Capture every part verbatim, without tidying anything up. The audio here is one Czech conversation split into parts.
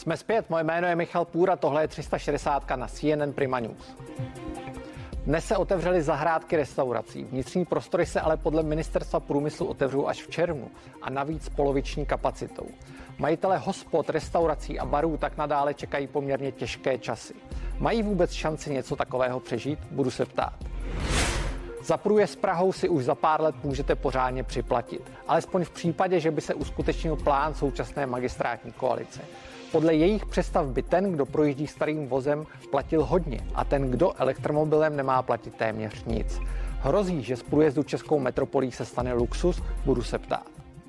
Jsme zpět, moje jméno je Michal Půra, tohle je tři sta šedesát na C N N Prima News. Dnes se otevřely zahrádky restaurací. Vnitřní prostory se ale podle Ministerstva průmyslu otevřou až v červnu a navíc poloviční kapacitou. Majitelé hospod, restaurací a barů tak nadále čekají poměrně těžké časy. Mají vůbec šanci něco takového přežít? Budu se ptát. Za průjezd s Prahou si už za pár let můžete pořádně připlatit. Alespoň v případě, že by se uskutečnil plán současné magistrátní koalice. Podle jejich představ by ten, kdo projíždí starým vozem, platil hodně a ten, kdo elektromobilem, nemá platit téměř nic. Hrozí, že z průjezdu českou metropolí se stane luxus? Budu se ptát.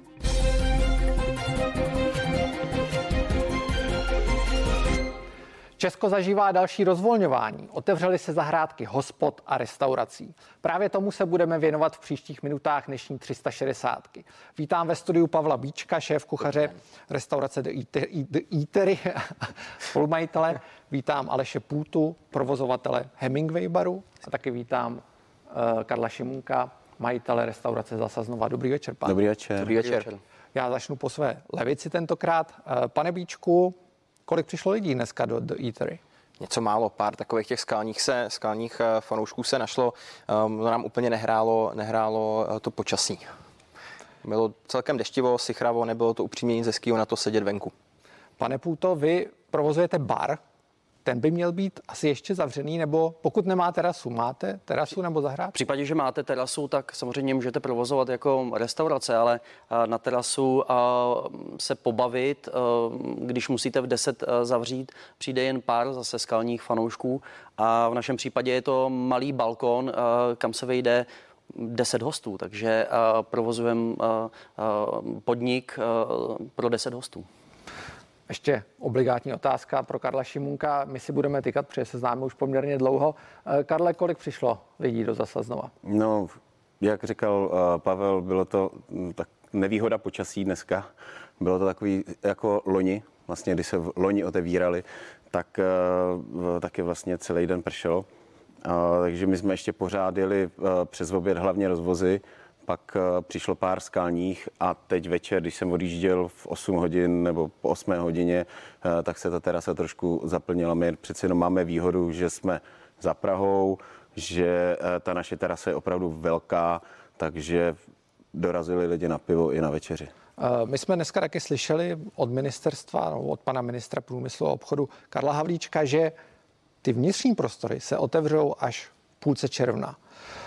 Česko zažívá další rozvolňování. Otevřely se zahrádky hospod a restaurací. Právě tomu se budeme věnovat v příštích minutách dnešní tři sta šedesát. Vítám ve studiu Pavla Bíčka, šéf kuchaře restaurace The Eatery, spolumajitele. Vítám Aleše Půtu, provozovatele Hemingway baru. A taky vítám uh, Karla Šimunka, majitele restaurace Zasa znova. Dobrý večer, pane. Dobrý večer. Dobrý večer. Já začnu po své levici tentokrát. Uh, pane Bíčku, kolik přišlo lidí dneska do The Eatery? Něco málo, pár takových těch skalních, se, skalních fanoušků se našlo. Um, to nám úplně nehrálo, nehrálo to počasí. Bylo celkem deštivo, sichravo, nebylo to upřímně nic hezkýho na to sedět venku. Pane Půto, vy provozujete bar. Ten by měl být asi ještě zavřený, nebo pokud nemá terasu, máte terasu nebo zahrádku? V případě, že máte terasu, tak samozřejmě můžete provozovat jako restaurace, ale na terasu se pobavit, když musíte v deset zavřít, přijde jen pár zase skalních fanoušků a v našem případě je to malý balkon, kam se vejde deset hostů, takže provozujeme podnik pro deset hostů. Ještě obligátní otázka pro Karla Šimunka. My si budeme tykat, protože se známe už poměrně dlouho. Karle, kolik přišlo lidí do Zasa znova? No, jak říkal uh, Pavel, bylo to m, tak nevýhoda počasí dneska. Bylo to takový jako loni, vlastně když se v loni otevírali, tak uh, taky vlastně celý den pršelo. Uh, takže my jsme ještě pořád jeli uh, přes oběd hlavně rozvozy. Pak uh, přišlo pár skalních a teď večer, když jsem odjížděl v osm hodin nebo po osmé hodině, uh, tak se ta terasa trošku zaplnila. My přeci jenom máme výhodu, že jsme za Prahou, že uh, ta naše terasa je opravdu velká, takže dorazili lidi na pivo i na večeři. Uh, my jsme dneska taky slyšeli od ministerstva, no, od pana ministra průmyslu a obchodu Karla Havlíčka, že ty vnitřní prostory se otevřou až v půlce června.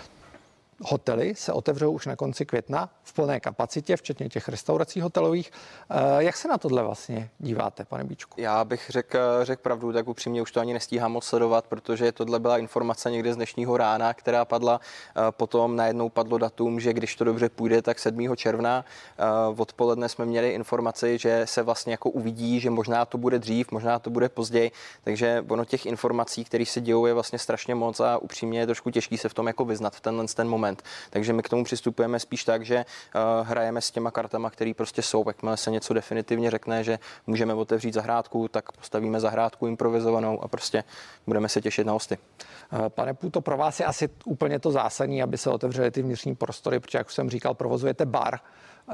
Hotely se otevřou už na konci května v plné kapacitě, včetně těch restaurací hotelových. Jak se na tohle vlastně díváte, pane Bíčku? Já bych řekl řek pravdu, tak upřímně už to ani nestíhám moc sledovat, protože tohle byla informace někde z dnešního rána, která padla. Potom najednou padlo datum, že když to dobře půjde, tak sedmého června. Odpoledne jsme měli informaci, že se vlastně jako uvidí, že možná to bude dřív, možná to bude později. Takže ono těch informací, které se dějou, je vlastně strašně moc a upřímně je trošku těžký se v tom jako vyznat v tenhle ten moment. Takže my k tomu přistupujeme spíš tak, že uh, hrajeme s těma kartama, které prostě jsou. Jakmile se něco definitivně řekne, že můžeme otevřít zahrádku, tak postavíme zahrádku improvizovanou a prostě budeme se těšit na hosty. Pane Půto, pro vás je asi úplně to zásadní, aby se otevřely ty vnitřní prostory, protože, jak už jsem říkal, provozujete bar. Uh,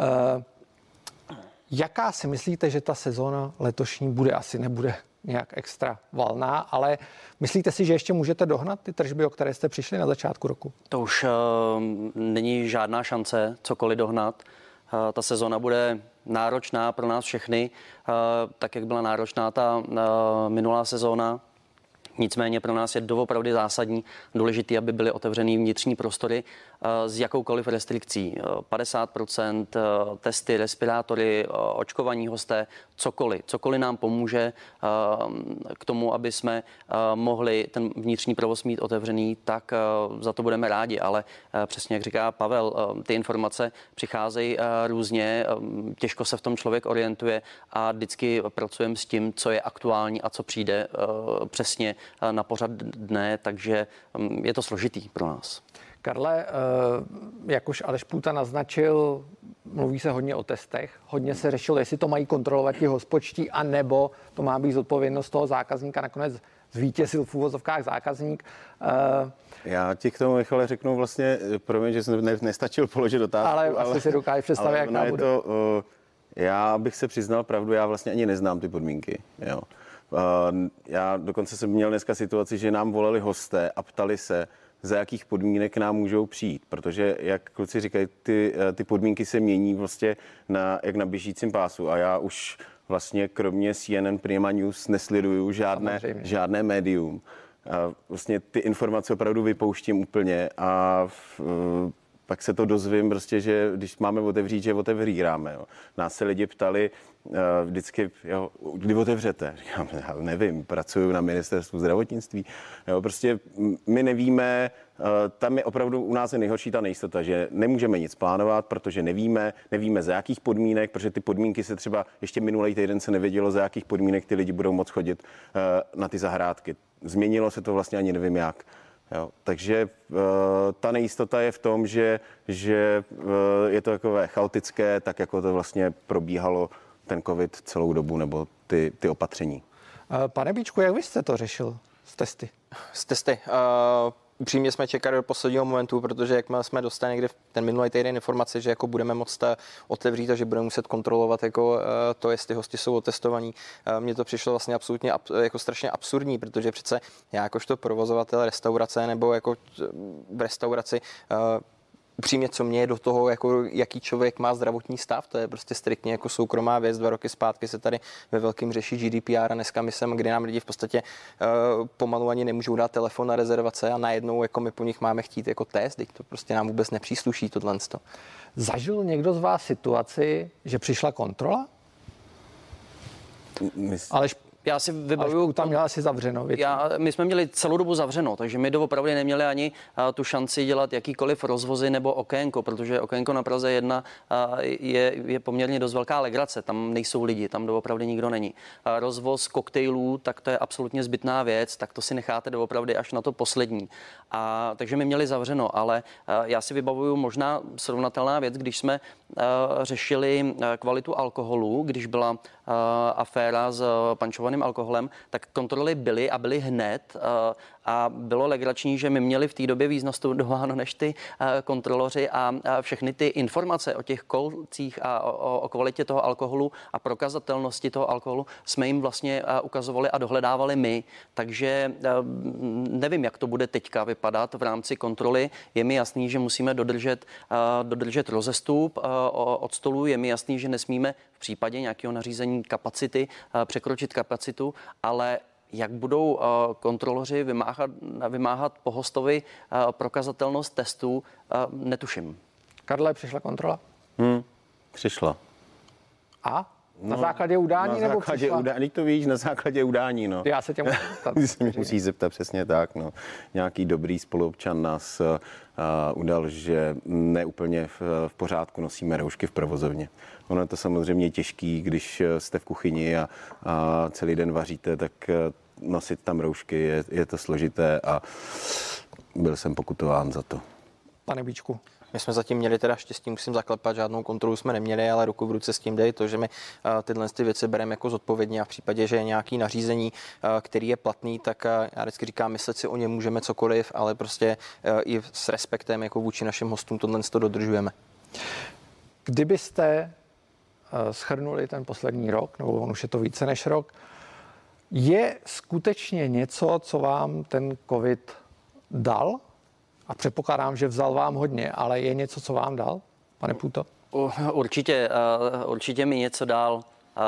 jaká si myslíte, že ta sezóna letošní bude? Asi nebude nějak extra valná, ale myslíte si, že ještě můžete dohnat ty tržby, o které jste přišli na začátku roku? To už uh, není žádná šance cokoliv dohnat. Uh, ta sezona bude náročná pro nás všechny, uh, tak jak byla náročná ta uh, minulá sezóna. Nicméně pro nás je doopravdy zásadní, důležitý, aby byly otevřený vnitřní prostory s jakoukoliv restrikcí. padesát procent testy, respirátory, očkovaní hosté, cokoliv. Cokoliv nám pomůže k tomu, aby jsme mohli ten vnitřní provoz mít otevřený, tak za to budeme rádi. Ale přesně jak říká Pavel, ty informace přicházejí různě, těžko se v tom člověk orientuje a vždycky pracujeme s tím, co je aktuální a co přijde přesně na pořad dne, takže je to složitý pro nás. Karle, jak už Aleš Půta naznačil, mluví se hodně o testech, hodně se řešilo, jestli to mají kontrolovat ti hospodští, anebo to má být zodpovědnost toho zákazníka, nakonec zvítězil v úvozovkách zákazník. Já ti k tomu, Michale, řeknu vlastně, promiň, že jsem ne, nestačil položit otázku. Ale, ale asi si dokážu představit, jak nám bude. To, Já bych se přiznal pravdu, já vlastně ani neznám ty podmínky. Jo. Já dokonce jsem měl dneska situaci, že nám volali hosté a ptali se, za jakých podmínek nám můžou přijít, protože, jak kluci říkají, ty, ty podmínky se mění vlastně na, jak na běžícím pásu a já už vlastně kromě C N N Prima News nesleduju žádné, žádné médium. A vlastně ty informace opravdu vypouštím úplně a v, pak se to dozvím prostě, že když máme otevřít, že otevíráme. Jo. Nás se lidi ptali uh, vždycky, jo, kdy otevřete? Říkám, já nevím, pracuju na ministerstvu zdravotnictví. Jo, prostě my nevíme, uh, tam je opravdu u nás je nejhorší ta nejistota, že nemůžeme nic plánovat, protože nevíme, nevíme za jakých podmínek, protože ty podmínky se třeba ještě minulý týden se nevědělo, za jakých podmínek ty lidi budou moct chodit uh, na ty zahrádky. Změnilo se to vlastně ani nevím jak. Jo, takže uh, ta nejistota je v tom, že, že uh, je to takové chaotické, tak jako to vlastně probíhalo ten covid celou dobu, nebo ty, ty opatření. Pane Bíčku, jak vy jste to řešil s testy? S testy. Uh... Upřímně jsme čekali do posledního momentu, protože jak jsme dostali někde v ten minulý týden informace, že jako budeme moct otevřít a že budeme muset kontrolovat jako to, jestli hosti jsou otestovaní. Mně to přišlo vlastně absolutně jako strašně absurdní, protože přece já jakožto provozovatel restaurace nebo jako v restauraci upřímně, co mě je do toho, jako jaký člověk má zdravotní stav, to je prostě striktně jako soukromá věc. Dva roky zpátky se tady ve velkým řeší G D P R a dneska my sem, kdy nám lidi v podstatě uh, pomalu ani nemůžou dát telefon na rezervace a najednou jako my po nich máme chtít jako test, teď to prostě nám vůbec nepřísluší tohle. Zažil někdo z vás situaci, že přišla kontrola? Mysl... Alež Já si vybavuju, tam měla asi zavřeno. Já, my jsme měli celou dobu zavřeno, takže my doopravdy neměli ani uh, tu šanci dělat jakýkoliv rozvozy nebo okénko, protože okénko na Praze jedna uh, je, je poměrně dost velká legrace, tam nejsou lidi, tam doopravdy nikdo není. Uh, rozvoz koktejlů, tak to je absolutně zbytná věc, tak to si necháte doopravdy až na to poslední. A, takže my měli zavřeno, ale uh, já si vybavuju možná srovnatelná věc, když jsme uh, řešili uh, kvalitu alkoholu, když byla uh, aféra s uh, pančovaným alkoholem, tak kontroly byly a byly hned a bylo legrační, že my měli v té době víc nastudováno než ty kontroloři a všechny ty informace o těch kolcích a o, o kvalitě toho alkoholu a prokazatelnosti toho alkoholu jsme jim vlastně ukazovali a dohledávali my. Takže nevím, jak to bude teďka vypadat v rámci kontroly. Je mi jasný, že musíme dodržet, dodržet rozestup od stolu. Je mi jasný, že nesmíme v případě nějakého nařízení kapacity překročit kapacitu, ale jak budou uh, kontroloři vymáhat, vymáhat po hostovi uh, prokazatelnost testů, uh, netuším. Karle, přišla kontrola? Hmm, přišla. A? Na no, základě udání na nebo základě přišla? Udání, to víš, na základě udání, no. Já se tě musím zeptat. Ty se mě musíš zeptat, přesně tak, no. Nějaký dobrý spoluobčan nás uh, udal, že neúplně v, v pořádku nosíme roušky v provozovně. Ono je to samozřejmě těžký, když jste v kuchyni a, a celý den vaříte, tak nosit tam roušky je, je to složité a byl jsem pokutován za to. Pane Bíčku. My jsme zatím měli teda štěstí, musím zaklepat, žádnou kontrolu jsme neměli, ale ruku v ruce s tím jde to, že my uh, tyhle ty věci bereme jako zodpovědně a v případě, že je nějaký nařízení, uh, který je platný, tak uh, já vždycky říkám, myslet si o něm můžeme cokoliv, ale prostě uh, i s respektem jako vůči našim hostům tohle to dodržujeme. Kdybyste uh, shrnuli ten poslední rok, nebo on už je to více než rok, je skutečně něco, co vám ten covid dal? A předpokládám, že vzal vám hodně, ale je něco, co vám dal, pane Půto? Určitě, určitě mi něco dal.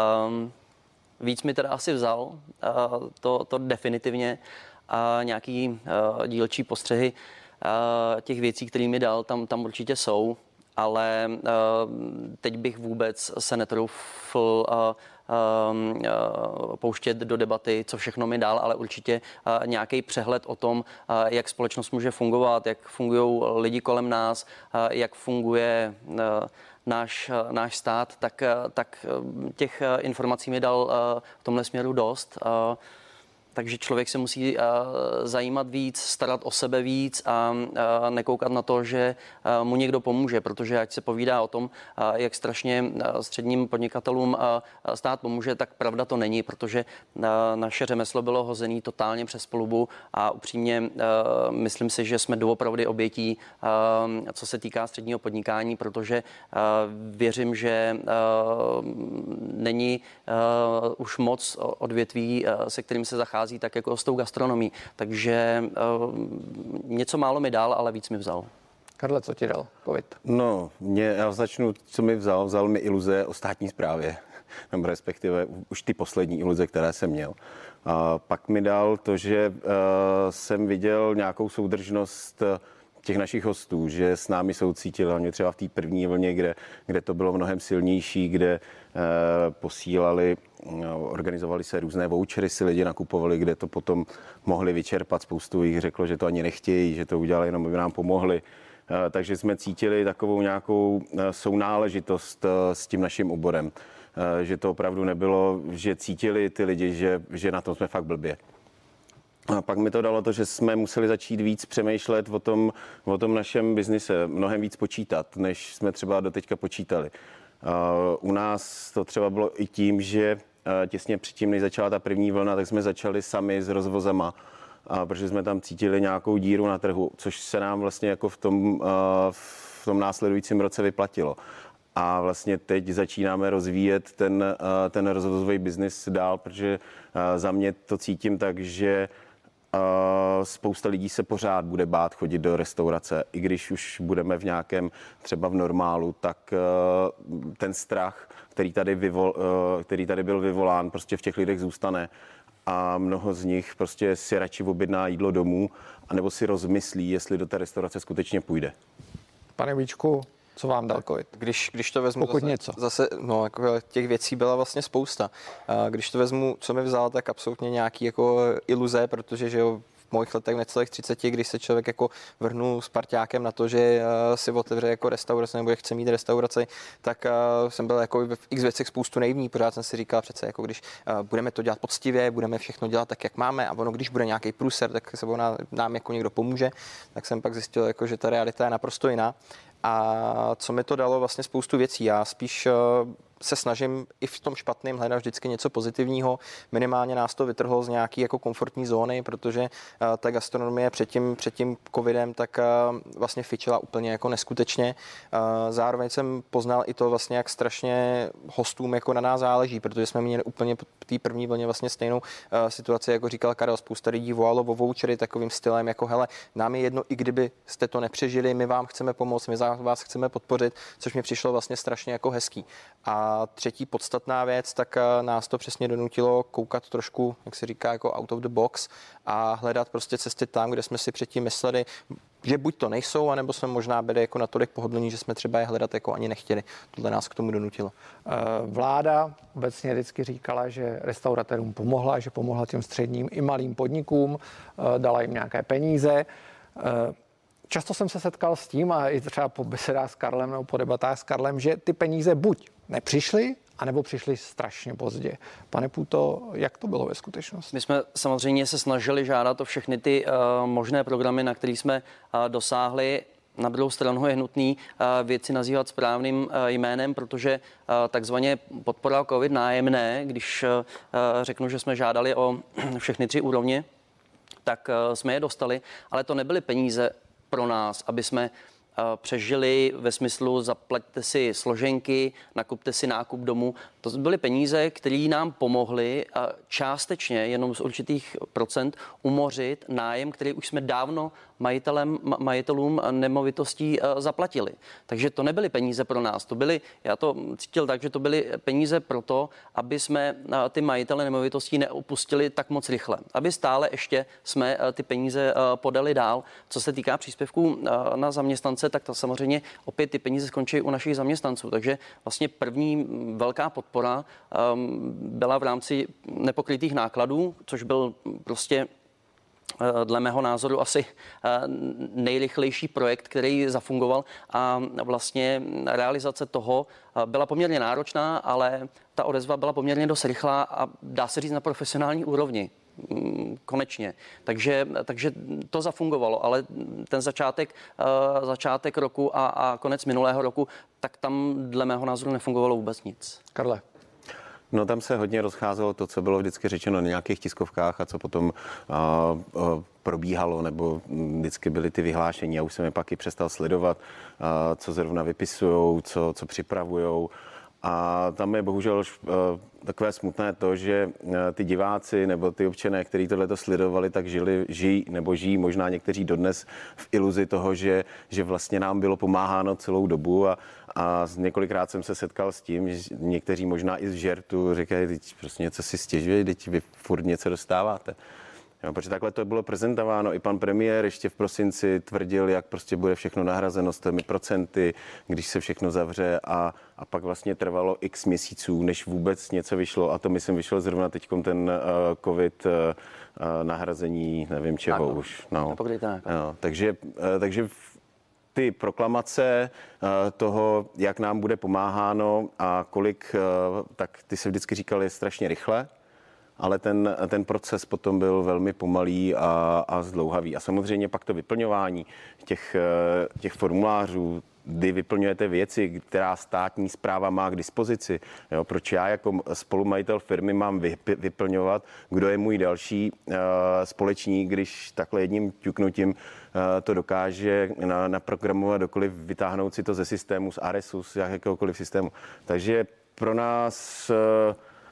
Víc mi teda asi vzal, to, to definitivně. A nějaký dílčí postřehy těch věcí, které mi dal, tam, tam určitě jsou, ale teď bych vůbec se netroufl Um, uh, pouštět do debaty, co všechno mi dál, ale určitě uh, nějaký přehled o tom, uh, jak společnost může fungovat, jak fungují lidi kolem nás, uh, jak funguje uh, náš, uh, náš stát, tak, uh, tak uh, těch uh, informací mi dal uh, v tomhle směru dost. Uh, takže člověk se musí zajímat víc, starat o sebe víc a nekoukat na to, že mu někdo pomůže, protože ať se povídá o tom, jak strašně středním podnikatelům stát pomůže, tak pravda to není, protože naše řemeslo bylo hozené totálně přes palubu a upřímně myslím si, že jsme doopravdy obětí, co se týká středního podnikání, protože věřím, že není už moc odvětví, se kterým se zachází tak jako s tou gastronomií. Takže něco málo mi dal, ale víc mi vzal. Karle, co ti dal covid? No, mě, já začnu, co mi vzal. Vzal mi iluze o státní správě, nebo respektive už ty poslední iluze, které jsem měl. A pak mi dal to, že uh, jsem viděl nějakou soudržnost těch našich hostů, že s námi soucítili, hlavně třeba v té první vlně, kde, kde to bylo mnohem silnější, kde uh, posílali, uh, organizovali se různé vouchery, si lidi nakupovali, kde to potom mohli vyčerpat. Spoustu jich řeklo, že to ani nechtějí, že to udělali jenom, aby nám pomohli. Takže jsme cítili takovou nějakou sounáležitost s tím naším oborem. Že to opravdu nebylo, že cítili ty lidi, že, že na tom jsme fakt blbě. A pak mi to dalo to, že jsme museli začít víc přemýšlet o tom, o tom našem biznise, mnohem víc počítat, než jsme třeba doteďka počítali. U nás to třeba bylo i tím, že těsně předtím, než začala ta první vlna, tak jsme začali sami s rozvozama, a protože jsme tam cítili nějakou díru na trhu, což se nám vlastně jako v tom, v tom následujícím roce vyplatilo. A vlastně teď začínáme rozvíjet ten, ten rozvozový biznis dál, protože za mě to cítím tak, že spousta lidí se pořád bude bát chodit do restaurace. I když už budeme v nějakém třeba v normálu, tak ten strach, který tady, vyvol, který tady byl vyvolán, prostě v těch lidech zůstane. A mnoho z nich prostě si radši objedná jídlo domů, anebo si rozmyslí, jestli do té restaurace skutečně půjde. Pane Víčku, co vám dal covid? Když, když to vezmu Pokud zase, něco. zase, no jako těch věcí byla vlastně spousta. Když to vezmu, co mi vzal, tak absolutně nějaký jako iluze, protože že jo, v mojich letech necelých třiceti, když se člověk jako vrhnul s parťákem na to, že si otevře jako restaurace nebo chce mít restauraci, tak jsem byl jako v x věcech spoustu naivní. Pořád jsem si říkal přece, jako když budeme to dělat poctivě, budeme všechno dělat tak, jak máme, a ono, když bude nějaký průser, tak se nám, nám jako někdo pomůže. Tak jsem pak zjistil, jako, že ta realita je naprosto jiná. A co mi to dalo vlastně spoustu věcí. Já spíš se snažím i v tom špatném hledat vždycky něco pozitivního. Minimálně nás to vytrhlo z nějaký jako komfortní zóny, protože uh, ta gastronomie před tím, před tím covidem tak uh, vlastně fičila úplně jako neskutečně. Uh, zároveň jsem poznal i to vlastně, jak strašně hostům jako na nás záleží, protože jsme měli úplně po té první vlně vlastně stejnou uh, situaci, jako říkal Karel. Spousta lidí volalo o vouchery takovým stylem, jako hele, nám je jedno, i kdyby jste to nepřežili, my vám chceme pomoct, my vás chceme podpořit, což mi přišlo vlastně strašně jako hezký. A A třetí podstatná věc, tak nás to přesně donutilo koukat trošku, jak se říká, jako out of the box a hledat prostě cesty tam, kde jsme si předtím mysleli, že buď to nejsou, anebo jsme možná byli jako natolik pohodlní, že jsme třeba je hledat jako ani nechtěli. Tohle nás k tomu donutilo. Vláda obecně vždycky říkala, že restauratérům pomohla, že pomohla těm středním i malým podnikům, dala jim nějaké peníze. Často jsem se setkal s tím, a i třeba po besedách s Karlem nebo po debatách s Karlem, že ty peníze buď nepřišly, anebo přišly strašně pozdě. Pane Půto, jak to bylo ve skutečnosti? My jsme samozřejmě se snažili žádat o všechny ty uh, možné programy, na které jsme uh, dosáhli. Na druhou stranu je nutný uh, věci nazývat správným uh, jménem, protože uh, takzvaně podpora COVID nájemné, když uh, řeknu, že jsme žádali o všechny tři úrovně, tak uh, jsme je dostali, ale to nebyly peníze pro nás, aby jsme přežili ve smyslu zaplaťte si složenky, nakupte si nákup domů. To byly peníze, které nám pomohly částečně jenom z určitých procent umořit nájem, který už jsme dávno majitelem, majitelům nemovitostí zaplatili. Takže to nebyly peníze pro nás. To byly, já to cítil tak, že to byly peníze pro to, aby jsme ty majitele nemovitostí neopustili tak moc rychle. Aby stále ještě jsme ty peníze podali dál. Co se týká příspěvků na zaměstnance, tak to samozřejmě opět ty peníze skončí u našich zaměstnanců. Takže vlastně první velká podpora um, byla v rámci nepokrytých nákladů, což byl prostě dle mého názoru asi nejrychlejší projekt, který zafungoval, a vlastně realizace toho byla poměrně náročná, ale ta odezva byla poměrně dost rychlá a dá se říct na profesionální úrovni. konečně. Takže, takže to zafungovalo, ale ten začátek, začátek roku a, a konec minulého roku, tak tam dle mého názoru nefungovalo vůbec nic. Karle. No tam se hodně rozcházelo to, co bylo vždycky řečeno na nějakých tiskovkách a co potom a, a, probíhalo, nebo vždycky byly ty vyhlášení. Já už jsem je pak i přestal sledovat, a, co zrovna vypisujou, co, co připravujou. A tam je bohužel uh, takové smutné to, že uh, ty diváci nebo ty občané, kteří tohleto sledovali, tak žili, žijí nebo žijí možná někteří dodnes v iluzi toho, že, že vlastně nám bylo pomáháno celou dobu a, a několikrát jsem se setkal s tím, že někteří možná i z žertu říkají, teď prostě něco si stěžuje, teď vy furt něco dostáváte. Jo, protože takhle to bylo prezentováno. I pan premiér ještě v prosinci tvrdil, jak prostě bude všechno nahrazeno s těmi procenty, když se všechno zavře a, a pak vlastně trvalo x měsíců, než vůbec něco vyšlo. A to myslím vyšlo zrovna teď ten uh, covid uh, nahrazení, nevím čeho tak, už. No. No, takže, uh, takže ty proklamace uh, toho, jak nám bude pomáháno a kolik, uh, tak ty se vždycky říkali strašně rychle. Ale ten, ten proces potom byl velmi pomalý a, a zdlouhavý. A samozřejmě pak to vyplňování těch, těch formulářů, kdy vyplňujete věci, která státní správa má k dispozici. Jo, proč já jako spolumajitel firmy mám vy, vyplňovat, kdo je můj další uh, společník, když takhle jedním ťuknutím uh, to dokáže na, naprogramovat dokoliv, vytáhnout si to ze systému, z Aresu, z jakéhokoliv systému. Takže pro nás uh,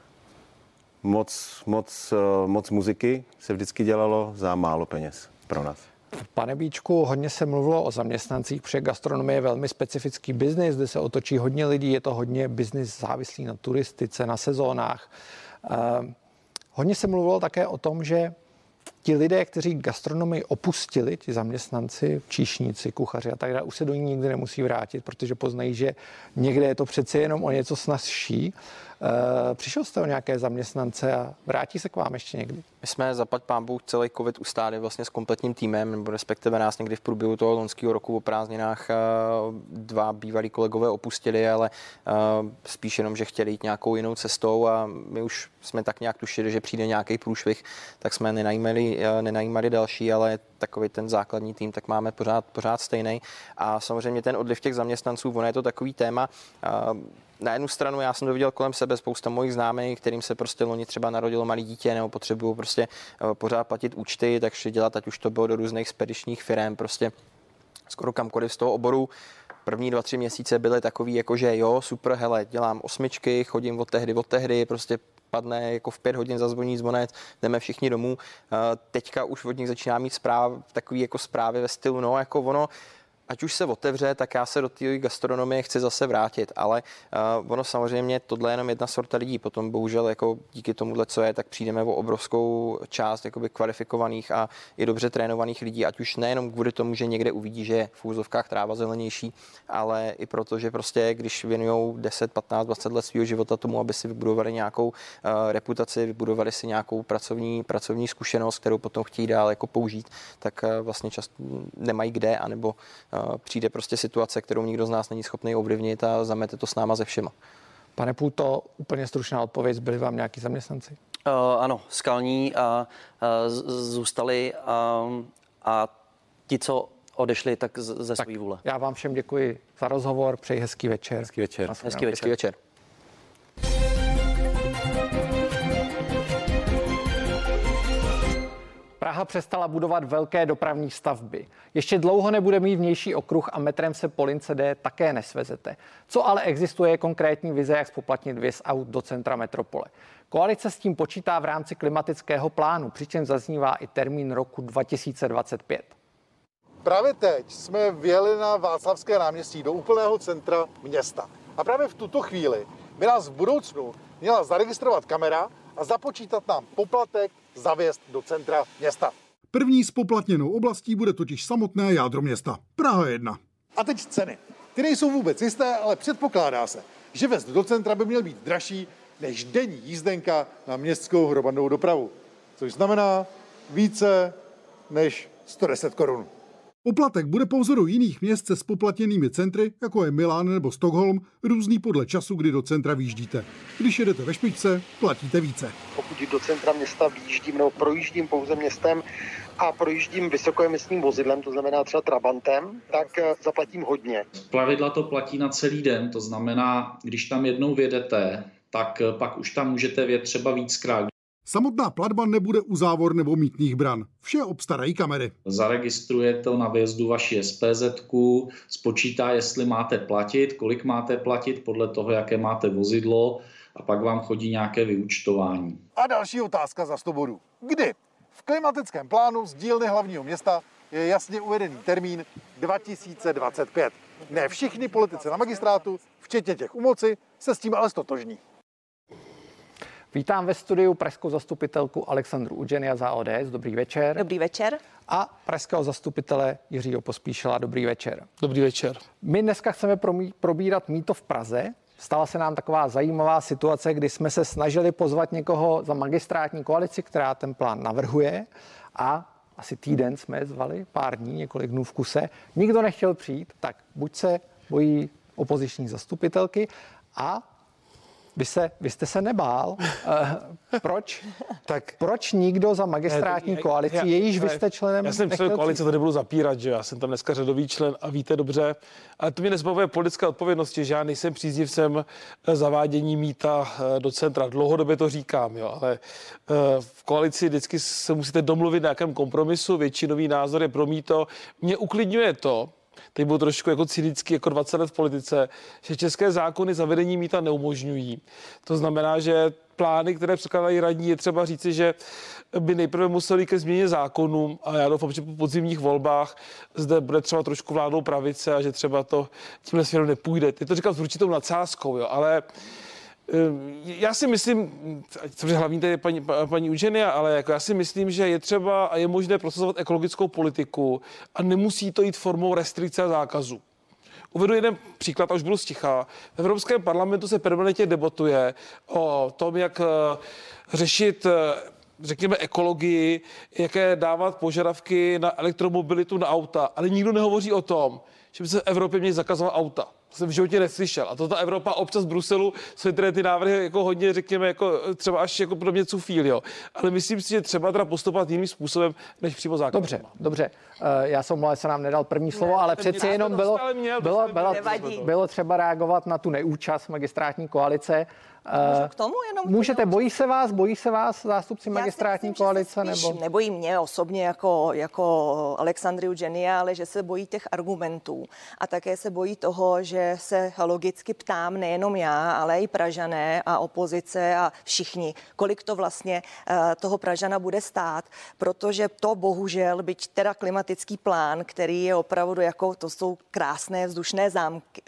Moc, moc, moc muziky se vždycky dělalo za málo peněz pro nás. Pane Bíčku, hodně se mluvilo o zaměstnancích, protože gastronomie je velmi specifický biznis, kde se otočí hodně lidí, je to hodně biznis závislý na turistice, na sezónách. Eh, hodně se mluvilo také o tom, že ti lidé, kteří gastronomii opustili, ti zaměstnanci, číšníci, kuchaři a tak dále, už se do ní nikdy nemusí vrátit, protože poznají, že někde je to přece jenom o něco snazší. E, přišel jste o nějaké zaměstnance a vrátí se k vám ještě někdy? My jsme zaplať pánbůh celý covid ustáli vlastně s kompletním týmem, nebo respektive nás někdy v průběhu toho loňského roku o prázdninách dva bývalí kolegové opustili, ale spíš jenom, že chtěli jít nějakou jinou cestou a my už jsme tak nějak tušili, že přijde nějaký průšvih, tak jsme nenajímali, nenajímali další, ale takový ten základní tým, tak máme pořád, pořád stejný. A samozřejmě ten odliv těch zaměstnanců, ono je to takový téma. Na jednu stranu já jsem to viděl kolem sebe, spousta mojich známých, kterým se prostě loni třeba narodilo malé dítě nebo potřebují prostě pořád platit účty, takže dělat, ať už to bylo do různých spedičních firem, prostě skoro kamkoliv z toho oboru. První dva, tři měsíce byly takový, jako že jo, super, hele, dělám osmičky, chodím od tehdy, od tehdy, prostě padne jako v pět hodin zazvoní zvonec, jdeme všichni domů. Teďka už od nich začíná mít zpráv, takový jako zprávy ve stylu, no jako ono, ať už se otevře, tak já se do té gastronomie chci zase vrátit, ale uh, ono samozřejmě tohle je jenom jedna sorta lidí, potom bohužel jako díky tomuhle, co je, tak přijdeme o obrovskou část jakoby kvalifikovaných a i dobře trénovaných lidí, ať už nejenom kvůli tomu, že někde uvidí, že je v úzovkách tráva zelenější, ale i proto, že prostě když věnujou deset, patnáct, dvacet let svého života tomu, aby si vybudovali nějakou uh, reputaci, vybudovali si nějakou pracovní, pracovní zkušenost, kterou potom chtějí dál jako použít, tak uh, vlastně často nemají kde, anebo přijde prostě situace, kterou nikdo z nás není schopný ovlivnit a zamete to s náma ze všema. Pane Půto, úplně stručná odpověď, byli vám nějaký zaměstnanci? Uh, ano, skalní a uh, zůstali a, a ti, co odešli, tak ze své vůle. Já vám všem děkuji za rozhovor, přeji hezký večer. Hezký večer. Hezký večer. Hezký večer. Praha přestala budovat velké dopravní stavby. Ještě dlouho nebude mít vnější okruh a metrem se po lince D také nesvezete. Co ale existuje, je konkrétní vize, jak spoplatnit vjezd aut do centra metropole. Koalice s tím počítá v rámci klimatického plánu, přičemž zaznívá i termín roku dva tisíce dvacet pět. Právě teď jsme vjeli na Václavské náměstí do úplného centra města. A právě v tuto chvíli by nás v budoucnu měla zaregistrovat kamera a započítat nám poplatek za vjezd do centra města. První spoplatněnou oblastí bude totiž samotné jádro města, Praha jedna. A teď ceny. Ty nejsou vůbec jisté, ale předpokládá se, že vjezd do centra by měl být dražší než denní jízdenka na městskou hromadnou dopravu. Což znamená více než sto deset korun. Poplatek bude po vzoru jiných měst se spoplatněnými centry, jako je Milán nebo Stockholm, různý podle času, kdy do centra výjíždíte. Když jedete ve špičce, platíte více. Pokud do centra města výjíždím nebo projíždím pouze městem a projíždím vysokoemisním vozidlem, to znamená třeba Trabantem, tak zaplatím hodně. Plavidla to platí na celý den, to znamená, když tam jednou vjedete, tak pak už tam můžete vjet třeba víckrát. Samotná platba nebude u závor nebo mýtných bran. Vše obstarají kamery. Zaregistruje to na vjezdu vaši es pé zetku, spočítá, jestli máte platit, kolik máte platit, podle toho, jaké máte vozidlo, a pak vám chodí nějaké vyúčtování. A další otázka za sto bodů. Kdy? V klimatickém plánu z dílny hlavního města je jasně uvedený termín dva tisíce dvacet pět. Ne všichni politici na magistrátu, včetně těch u moci, se s tím ale stotožní. Vítám ve studiu pražskou zastupitelku Alexandru Udženia za O D S. Dobrý večer. Dobrý večer. A pražského zastupitele Jiřího Pospíšila. Dobrý večer. Dobrý večer. My dneska chceme probírat mýto v Praze. Stala se nám taková zajímavá situace, kdy jsme se snažili pozvat někoho za magistrátní koalici, která ten plán navrhuje, a asi týden jsme je zvali, pár dní, několik dnů v kuse. Nikdo nechtěl přijít, tak buď se bojí opoziční zastupitelky, a Vy, se, vy jste se nebál. Uh, proč? Tak, proč nikdo za magistrátní ne, koalici, jejíž vy jste členem? Já jsem člen koalice, to nebudu zapírat, že já jsem tam dneska řadový člen a víte dobře. Ale to mě nezbavuje politické odpovědnosti, že já nejsem příznivcem zavádění mýta do centra. Dlouhodobě to říkám, jo, ale v koalici vždycky se musíte domluvit na nějakém kompromisu, většinový názor je pro mýto. Mě uklidňuje to, teď byl trošku jako cynický, jako dvacet let v politice, že české zákony zavedení mýta neumožňují. To znamená, že plány, které předkládají radní, je třeba říci, že by nejprve museli ke změně zákonům, a já doufám, že po podzimních volbách zde bude třeba trošku vládnout pravice a že třeba to tímhle směrem nepůjde. Teď to říkám s určitou nadsázkou, jo, ale já si myslím, což hlavní tady je paní, paní Udženia, ale jako já si myslím, že je třeba a je možné prosazovat ekologickou politiku a nemusí to jít formou restrikce a zákazu. Uvedu jeden příklad a už budu sticha. V Evropském parlamentu se permanentně debatuje o tom, jak řešit, řekněme, ekologii, jaké dávat požadavky na elektromobilitu na auta, ale nikdo nehovoří o tom, že by se v Evropě měli zakazovat auta. To jsem v životě neslyšel. A to ta Evropa občas z Bruselu jsou tedy ty návrhy jako hodně, řekněme, jako třeba až jako pro mě cufíl, jo. Ale myslím si, že třeba teda postupovat jiným způsobem, než přímo zákon. Dobře, dobře. Uh, já jsem mluvil, se nám nedal první slovo, ne, ale přeci jenom bylo, měl, bylo, bylo, bylo třeba reagovat na tu neúčast magistrátní koalice. Můžu k tomu jenom? Můžete, bojí se vás, bojí se vás zástupci magistrátní myslím, koalice? Nebo? Nebojí mě osobně jako, jako Alexandry Udženia, ale že se bojí těch argumentů. A také se bojí toho, že se logicky ptám nejenom já, ale i Pražané a opozice a všichni, kolik to vlastně uh, toho Pražana bude stát, protože to bohužel, byť teda klimatický plán, který je opravdu jako, to jsou krásné vzdušné zámky,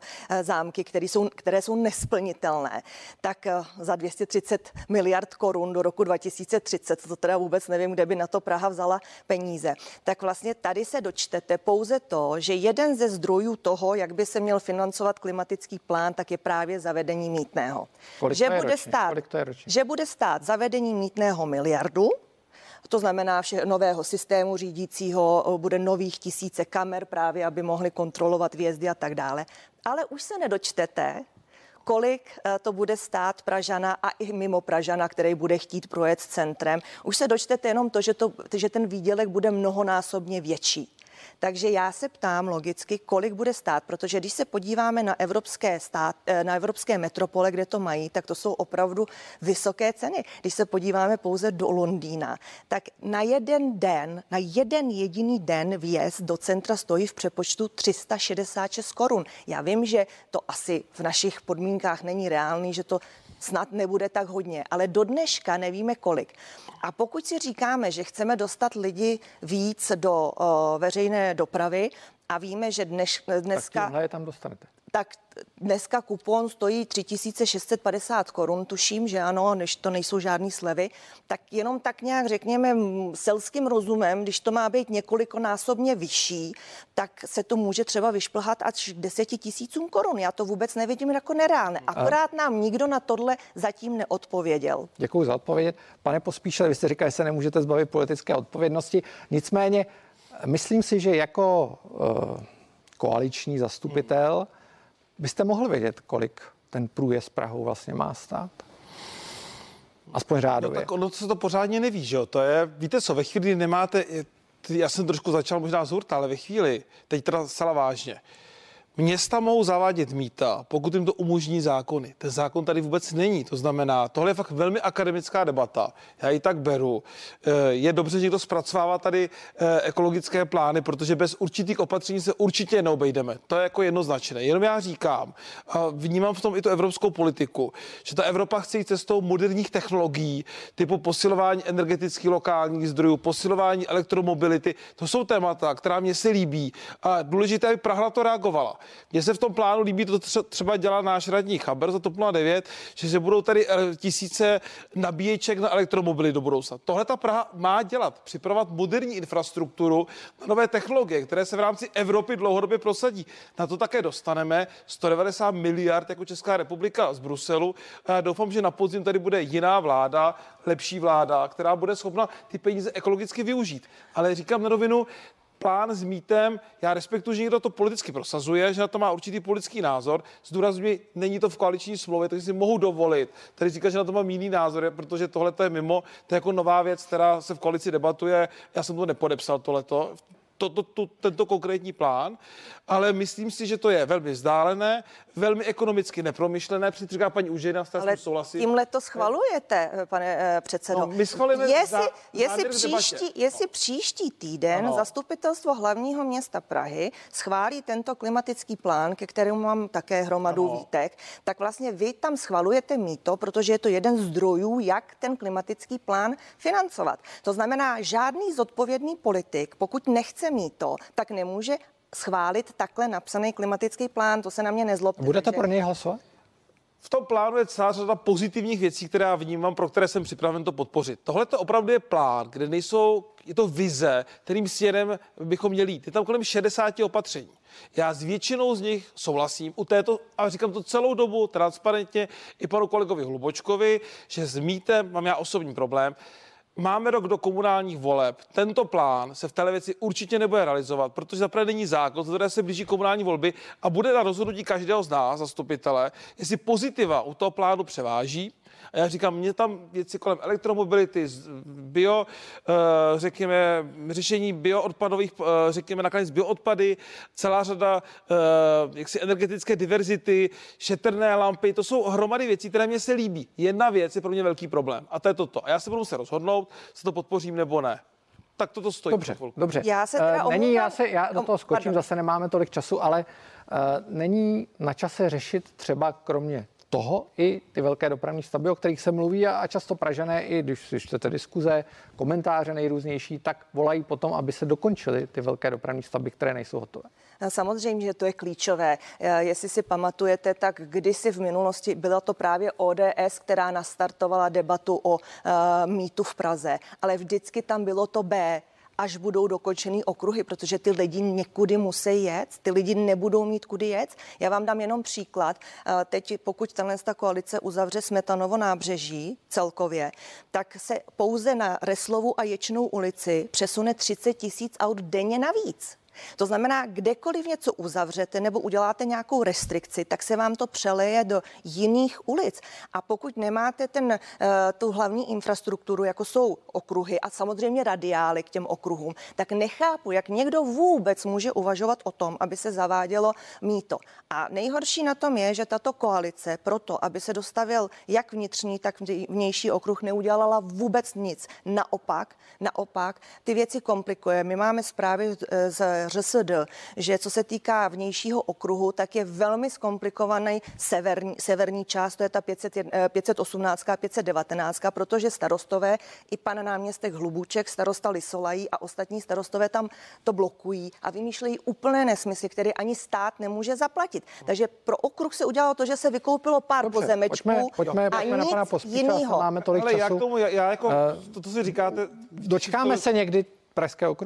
zámky které jsou, které jsou nesplnitelné, tak za dvě stě třicet miliard korun do roku dva tisíce třicet, to teda vůbec nevím, kde by na to Praha vzala peníze, tak vlastně tady se dočtete pouze to, že jeden ze zdrojů toho, jak by se měl financovat klimatický plán, tak je právě zavedení mýtného. Že bude, stát, že bude stát zavedení mýtného miliardu, to znamená vše nového systému řídícího, bude nových tisíce kamer právě, aby mohli kontrolovat vjezdy a tak dále. Ale už se nedočtete, kolik to bude stát Pražana a i mimo Pražana, který bude chtít projet centrem. Už se dočtete jenom to, že, to, že ten výdělek bude mnohonásobně větší. Takže já se ptám logicky, kolik bude stát, protože když se podíváme na evropské, stát, na evropské metropole, kde to mají, tak to jsou opravdu vysoké ceny. Když se podíváme pouze do Londýna, tak na jeden den, na jeden jediný den vjezd do centra stojí v přepočtu tři sta šedesát šest korun. Já vím, že to asi v našich podmínkách není reálný, že to snad nebude tak hodně, ale do dneška nevíme kolik. A pokud si říkáme, že chceme dostat lidi víc do uh, veřejné dopravy a víme, že dneš, dneska... Tak tímhle je tam dostanete. Tak dneska kupon stojí tři tisíce šest set padesát korun, tuším, že ano, než to nejsou žádný slevy, tak jenom tak nějak řekněme selským rozumem, když to má být několikonásobně vyšší, tak se to může třeba vyšplhat až k deseti tisícům korun. Já to vůbec nevidím jako nereálné. Akorát nám nikdo na tohle zatím neodpověděl. Děkuji za odpověď. Pane Pospíšile, vy jste říkal, že se nemůžete zbavit politické odpovědnosti. Nicméně Myslím si, že jako uh, koaliční zastupitel byste mohl vědět, kolik ten průjezd Prahou vlastně má stát. Aspoň řádově. No tak ono se to pořádně neví, že jo? To je, víte co, ve chvíli, kdy nemáte, já jsem trošku začal možná z hurta, ale ve chvíli, teď teda zcela vážně, města mohou zavádět mýta, pokud jim to umožní zákony. Ten zákon tady vůbec není. To znamená, tohle je fakt velmi akademická debata. Já ji tak beru. Je dobře, že někdo zpracovává tady ekologické plány, protože bez určitých opatření se určitě neobejdeme. To je jako jednoznačné. Jenom já říkám, a vnímám v tom i tu evropskou politiku, že ta Evropa chce jít cestou moderních technologií, typu posilování energetických lokálních zdrojů, posilování elektromobility. To jsou témata, která mě se líbí. A důležité, aby Praha na to reagovala. Mně se v tom plánu líbí to, co třeba dělá náš radní Chaber za TOP nula devět, že se budou tady tisíce nabíječek na elektromobily do budoucna. Tohle ta Praha má dělat, připravovat moderní infrastrukturu na nové technologie, které se v rámci Evropy dlouhodobě prosadí. Na to také dostaneme sto devadesát miliard jako Česká republika z Bruselu. A já doufám, že na podzim tady bude jiná vláda, lepší vláda, která bude schopna ty peníze ekologicky využít. Ale říkám na rovinu, plán s mýtem, já respektuji, že někdo to politicky prosazuje, že na to má určitý politický názor. Zdůrazňuji, není to v koaliční smlouvě, takže si mohu dovolit tady říkat, že na to mám jiný názor, protože tohle je mimo, to je jako nová věc, která se v koalici debatuje. Já jsem to nepodepsal tohleto. To, to, to, tento konkrétní plán, ale myslím si, že to je velmi vzdálené, velmi ekonomicky nepromyšlené, protože říká paní Užina, s tím souhlasím. Tímhle to schvalujete, pane uh, předsedo. No, my schvalujeme jestli, za, jestli, příští, jestli no. příští týden ano. Zastupitelstvo hlavního města Prahy schválí tento klimatický plán, ke kterému mám také hromadu ano. výtek, tak vlastně vy tam schvalujete mýto, protože je to jeden z zdrojů, jak ten klimatický plán financovat. To znamená, žádný zodpovědný politik, pokud nechce mýto, tak nemůže schválit takhle napsaný klimatický plán. To se na mě nezlobte. Budete takže... pro něj hlasovat? V tom plánu je celá řada pozitivních věcí, které já vnímám, pro které jsem připraven to podpořit. Tohle to opravdu je plán, kde nejsou, je to vize, kterým směrem bychom měli jít. Je tam kolem šedesáti opatření. Já s většinou z nich souhlasím u této, a říkám to celou dobu transparentně i panu kolegovi Hlubočkovi, že s mýtem mám já osobní problém. Máme rok do komunálních voleb. Tento plán se v této věci určitě nebude realizovat, protože zaprvé není zákon, které se blíží komunální volby a bude na rozhodnutí každého z nás, zastupitele, jestli pozitiva u toho plánu převáží. A já říkám, mě tam věci kolem elektromobility, bio, řekněme, řešení bioodpadových, řekněme, nakonec bioodpady, celá řada jaksi energetické diverzity, šetrné lampy, to jsou hromady věcí, které mě se líbí. Jedna věc je pro mě velký problém a to je toto. A já se budu se rozhodnout, jestli to podpořím nebo ne. Tak toto stojí. Dobře, dobře. Já se teda uh, není, já, se, já do toho skočím, Pardon. zase nemáme tolik času, ale uh, není na čase řešit třeba kromě toho i ty velké dopravní stavby, o kterých se mluví a, a často Pražané, i když si čtete diskuze, komentáře nejrůznější, tak volají potom, aby se dokončily ty velké dopravní stavby, které nejsou hotové. Samozřejmě, že to je klíčové. Jestli si pamatujete, tak kdysi v minulosti byla to právě O D S, která nastartovala debatu o uh, mýtu v Praze, ale vždycky tam bylo to B, až budou dokončený okruhy, protože ty lidi někudy musí jet, ty lidi nebudou mít kudy jet. Já vám dám jenom příklad. Teď, pokud tato koalice uzavře Smetanovo nábřeží celkově, tak se pouze na Reslovu a Ječnou ulici přesune třicet tisíc aut denně navíc. To znamená, kdekoliv něco uzavřete nebo uděláte nějakou restrikci, tak se vám to přeleje do jiných ulic. A pokud nemáte ten, tu hlavní infrastrukturu, jako jsou okruhy a samozřejmě radiály k těm okruhům, tak nechápu, jak někdo vůbec může uvažovat o tom, aby se zavádělo mýto. A nejhorší na tom je, že tato koalice proto, aby se dostavil jak vnitřní, tak vnější okruh, neudělala vůbec nic. Naopak, naopak, ty věci komplikuje. My máme zprávy z R S D, že co se týká vnějšího okruhu, tak je velmi zkomplikovaný severní, severní část, to je ta pět set osmnáct a pět set devatenáct, protože starostové i pan náměstek Hlubuček, starosta Lisolají a ostatní starostové tam to blokují a vymýšlejí úplné nesmysly, které ani stát nemůže zaplatit. Takže pro okruh se udělalo to, že se vykoupilo pár Dobře, pozemečků pojďme, pojďme, a pojďme nic na pana Pospíša, jinýho. Máme tolik Ale času. já k tomu, já, já jako, uh, to, to si říkáte... Dočkáme to... se někdy Pražského okruhu?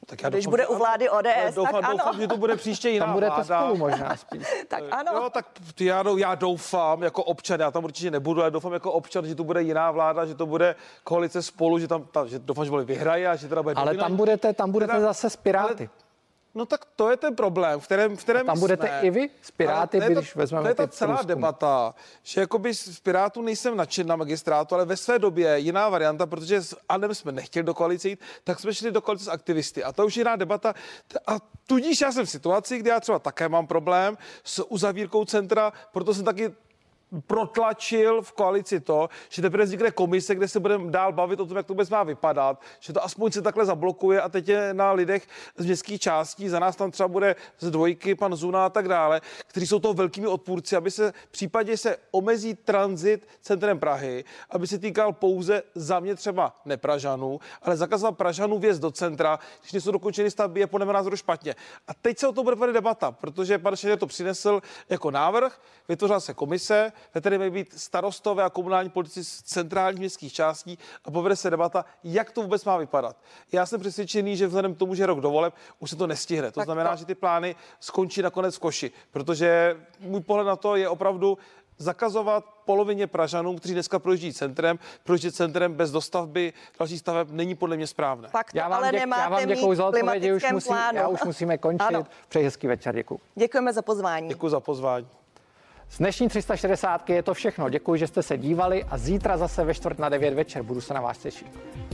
Tak já Když doufám, bude že u ano. vlády O D S, doufám, tak ano. doufám, že to bude příště jiná Tam budete vláda. spolu možná spíš. Tak ano. Jo, tak já, já doufám jako občan, já tam určitě nebudu, ale doufám jako občan, že to bude jiná vláda, že to bude koalice Spolu, že tam, ta, že doufám, že voli vyhraje a že teda bude Ale dominantní. tam budete, tam budete Teda- zase s Piráty. ale- No tak to je ten problém, v kterém, v kterém Tam my budete jsme. i vy s Piráty, Ale to je když ta- vezmeme To je ta ty celá průzkumy. debata, že jakoby z Pirátů nejsem nadšen na magistrátu, ale ve své době jiná varianta, protože s Anem jsme nechtěli do koalice jít, tak jsme šli do koalice s aktivisty. A to už je jiná debata. A tudíž já jsem v situaci, kdy já třeba také mám problém s uzavírkou centra, proto jsem taky protlačil v koalici to, že teprve vznikne komise, kde se budeme dál bavit o tom, jak to vůbec má vypadat, že to aspoň se takhle zablokuje a teď je na lidech z městských částí, za nás tam třeba bude z dvojky pan Zuna a tak dále, kteří jsou toho velkými odpůrci, aby se v případě se omezí tranzit centrem Prahy, aby se týkal pouze za mě třeba nepražanů, ale zakázal Pražanů vjezd do centra, když nejsou dokončeny stavby, je podle mého názoru špatně. A teď se o tom bude vést debata, protože pan Šener to přinesl jako návrh, vytvořila se komise, ve které mají být starostové a komunální politici z centrálních městských částí a povede se debata, jak to vůbec má vypadat. Já jsem přesvědčený, že vzhledem k tomu, že je rok do voleb, už se to nestihne. To Tak znamená, to- že ty plány skončí nakonec v koši, protože můj pohled na to je opravdu zakazovat polovině Pražanům, kteří dneska projíždí centrem, projíždět centrem bez dostavby dalších staveb není podle mě správné. Pak to Já vám, ale děk, nemáte já vám mít děkuji za v odpovědi, už, klimatickém musí, plánu. já už musíme končit. Ano. Přeji hezký večer, děkuji. Děkujeme za pozvání. Děkuji za pozvání. Z dnešní tři sta šedesát je to všechno. Děkuji, že jste se dívali a zítra zase ve čtvrt na devět večer budu se na vás těšit.